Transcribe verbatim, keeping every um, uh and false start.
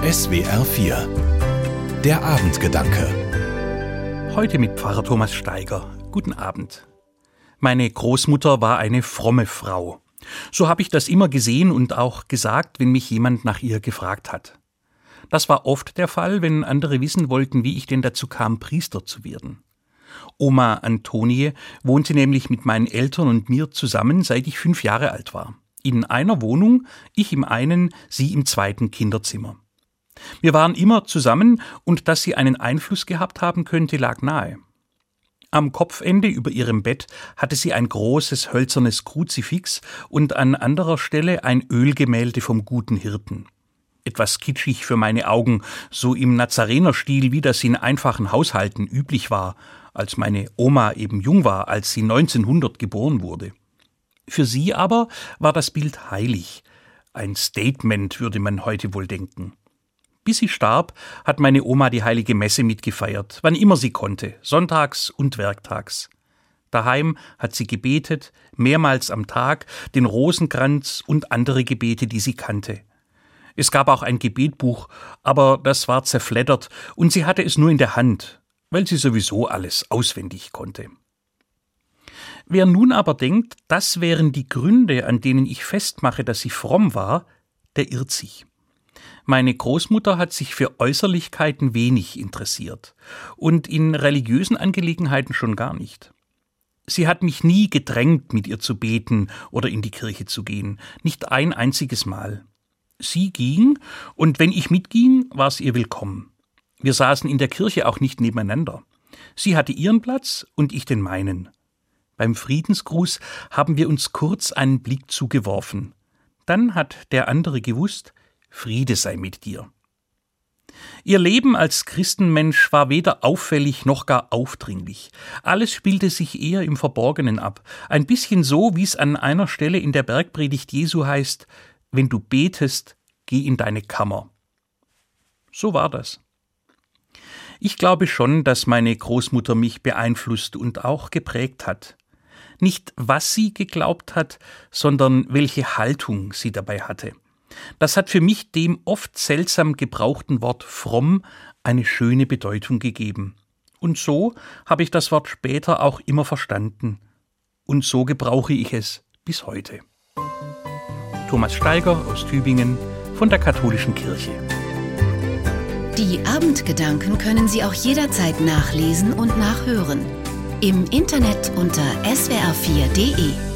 S W R vier. Der Abendgedanke. Heute mit Pfarrer Thomas Steiger. Guten Abend. Meine Großmutter war eine fromme Frau. So habe ich das immer gesehen und auch gesagt, wenn mich jemand nach ihr gefragt hat. Das war oft der Fall, wenn andere wissen wollten, wie ich denn dazu kam, Priester zu werden. Oma Antonie wohnte nämlich mit meinen Eltern und mir zusammen, seit ich fünf Jahre alt war. In einer Wohnung, ich im einen, sie im zweiten Kinderzimmer. Wir waren immer zusammen und dass sie einen Einfluss gehabt haben könnte, lag nahe. Am Kopfende über ihrem Bett hatte sie ein großes hölzernes Kruzifix und an anderer Stelle ein Ölgemälde vom guten Hirten. Etwas kitschig für meine Augen, so im Nazarenerstil, wie das in einfachen Haushalten üblich war, als meine Oma eben jung war, als sie neunzehnhundert geboren wurde. Für sie aber war das Bild heilig. Ein Statement, würde man heute wohl denken. Bis sie starb, hat meine Oma die heilige Messe mitgefeiert, wann immer sie konnte, sonntags und werktags. Daheim hat sie gebetet, mehrmals am Tag, den Rosenkranz und andere Gebete, die sie kannte. Es gab auch ein Gebetbuch, aber das war zerfleddert und sie hatte es nur in der Hand, weil sie sowieso alles auswendig konnte. Wer nun aber denkt, das wären die Gründe, an denen ich festmache, dass sie fromm war, der irrt sich. Meine Großmutter hat sich für Äußerlichkeiten wenig interessiert und in religiösen Angelegenheiten schon gar nicht. Sie hat mich nie gedrängt, mit ihr zu beten oder in die Kirche zu gehen, nicht ein einziges Mal. Sie ging, und wenn ich mitging, war es ihr willkommen. Wir saßen in der Kirche auch nicht nebeneinander. Sie hatte ihren Platz und ich den meinen. Beim Friedensgruß haben wir uns kurz einen Blick zugeworfen. Dann hat der andere gewusst, Friede sei mit dir. Ihr Leben als Christenmensch war weder auffällig noch gar aufdringlich. Alles spielte sich eher im Verborgenen ab. Ein bisschen so, wie es an einer Stelle in der Bergpredigt Jesu heißt, wenn du betest, geh in deine Kammer. So war das. Ich glaube schon, dass meine Großmutter mich beeinflusst und auch geprägt hat. Nicht, was sie geglaubt hat, sondern welche Haltung sie dabei hatte. Das hat für mich dem oft seltsam gebrauchten Wort fromm eine schöne Bedeutung gegeben. Und so habe ich das Wort später auch immer verstanden. Und so gebrauche ich es bis heute. Thomas Steiger aus Tübingen von der Katholischen Kirche. Die Abendgedanken können Sie auch jederzeit nachlesen und nachhören. Im Internet unter s w r vier punkt d e.